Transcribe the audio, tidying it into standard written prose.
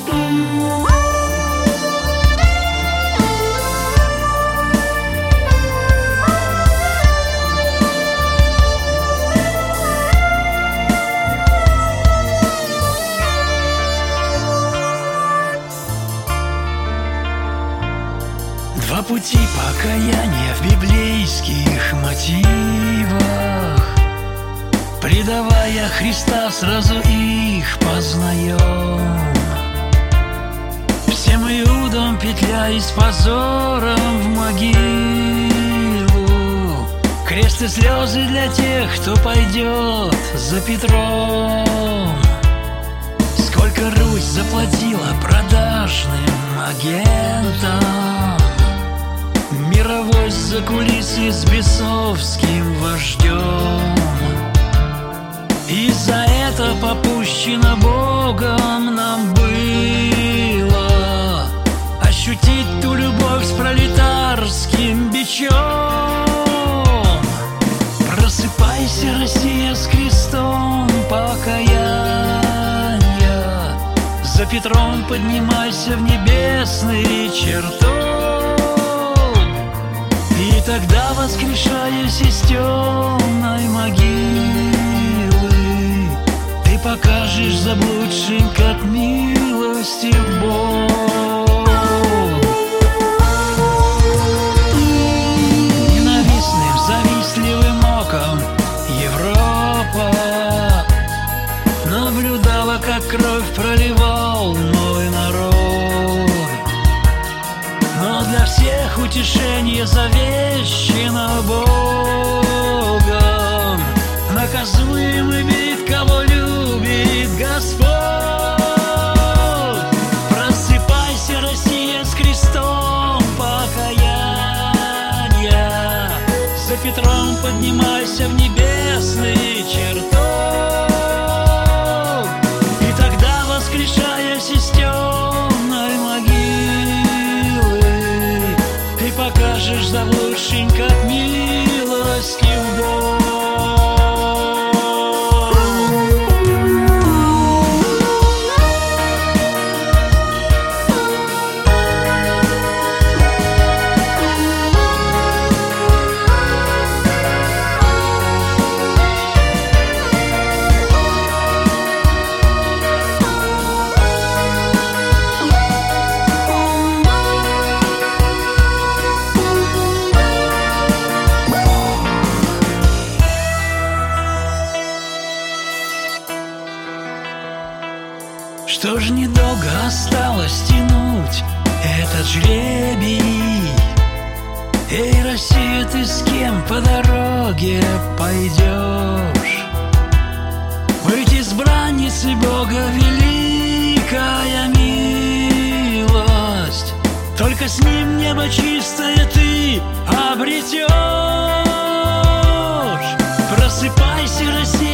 Два пути покаяния в библейских мотивах. Предавая Христа, сразу их познаем. Всем иудам петляя с позором в могилу. Крест и слезы для тех, кто пойдет за Петром. Сколько Русь заплатила продажным агентам. Мировой закулисье с бесовским вождем. И за это попущено Богом нам было ощутить ту любовь с пролетарским бичом. Просыпайся, Россия, с крестом покаяния. За Петром поднимайся в небесный чертог. И тогда, воскрешаясь из темной могилы, ты покажешь заблудшим, как милостив Бог. Ненавистным, завистливым оком Европа наблюдала, как кровь проливал мой народ. Но для всех утешение завещено Богом. Наказуемый вид, кого любит Господь. Просыпайся, Россия, с крестом покаяния. За Петром поднимайся в небесный чертог. И тогда, воскрешаясь из темной могилы, ты покажешь заблудшим, как милостив Бог. Что ж, недолго осталось тянуть этот жребий. Эй, Россия, ты с кем по дороге пойдешь? Быть избранницей Бога великая милость. Только с Ним небо чистое ты обретешь. Просыпайся, Россия,